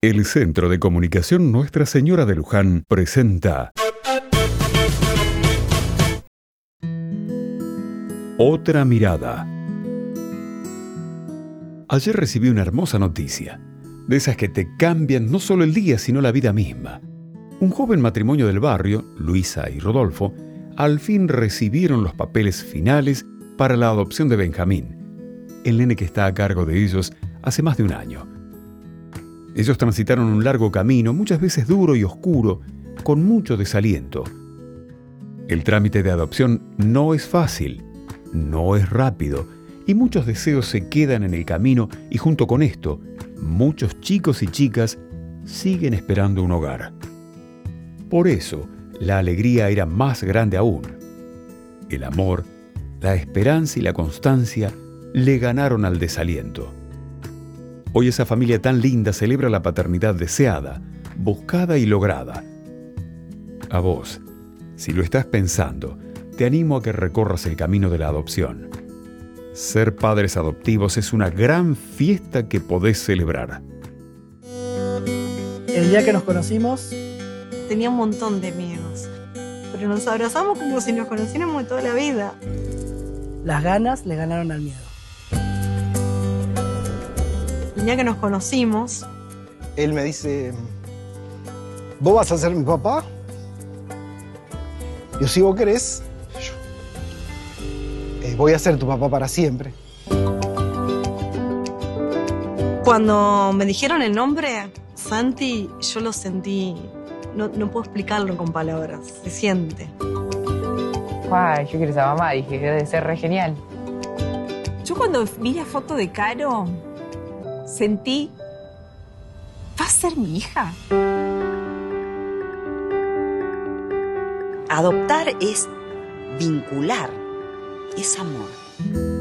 El Centro de Comunicación Nuestra Señora de Luján presenta Otra Mirada. Ayer recibí una hermosa noticia, de esas que te cambian no solo el día, sino la vida misma. Un joven matrimonio del barrio, Luisa y Rodolfo, al fin recibieron los papeles finales para la adopción de Benjamín, el nene que está a cargo de ellos hace más de un año. Ellos transitaron un largo camino, muchas veces duro y oscuro, con mucho desaliento. El trámite de adopción no es fácil, no es rápido, y muchos deseos se quedan en el camino y junto con esto, muchos chicos y chicas siguen esperando un hogar. Por eso, la alegría era más grande aún. El amor, la esperanza y la constancia le ganaron al desaliento. Hoy esa familia tan linda celebra la paternidad deseada, buscada y lograda. A vos, si lo estás pensando, te animo a que recorras el camino de la adopción. Ser padres adoptivos es una gran fiesta que podés celebrar. El día que nos conocimos, tenía un montón de miedos, pero nos abrazamos como si nos conociéramos de toda la vida. las ganas le ganaron al miedo. El día que nos conocimos, él me dice, ¿vos vas a ser mi papá? Yo, si vos querés, voy a ser tu papá para siempre. cuando me dijeron el nombre, Santi, yo lo sentí, no puedo explicarlo con palabras, se siente. Ay, yo quiero ser mamá, dije, debe ser re genial. Yo cuando vi la foto de Caro, sentí, ¿va a ser mi hija? Adoptar es vincular, es amor.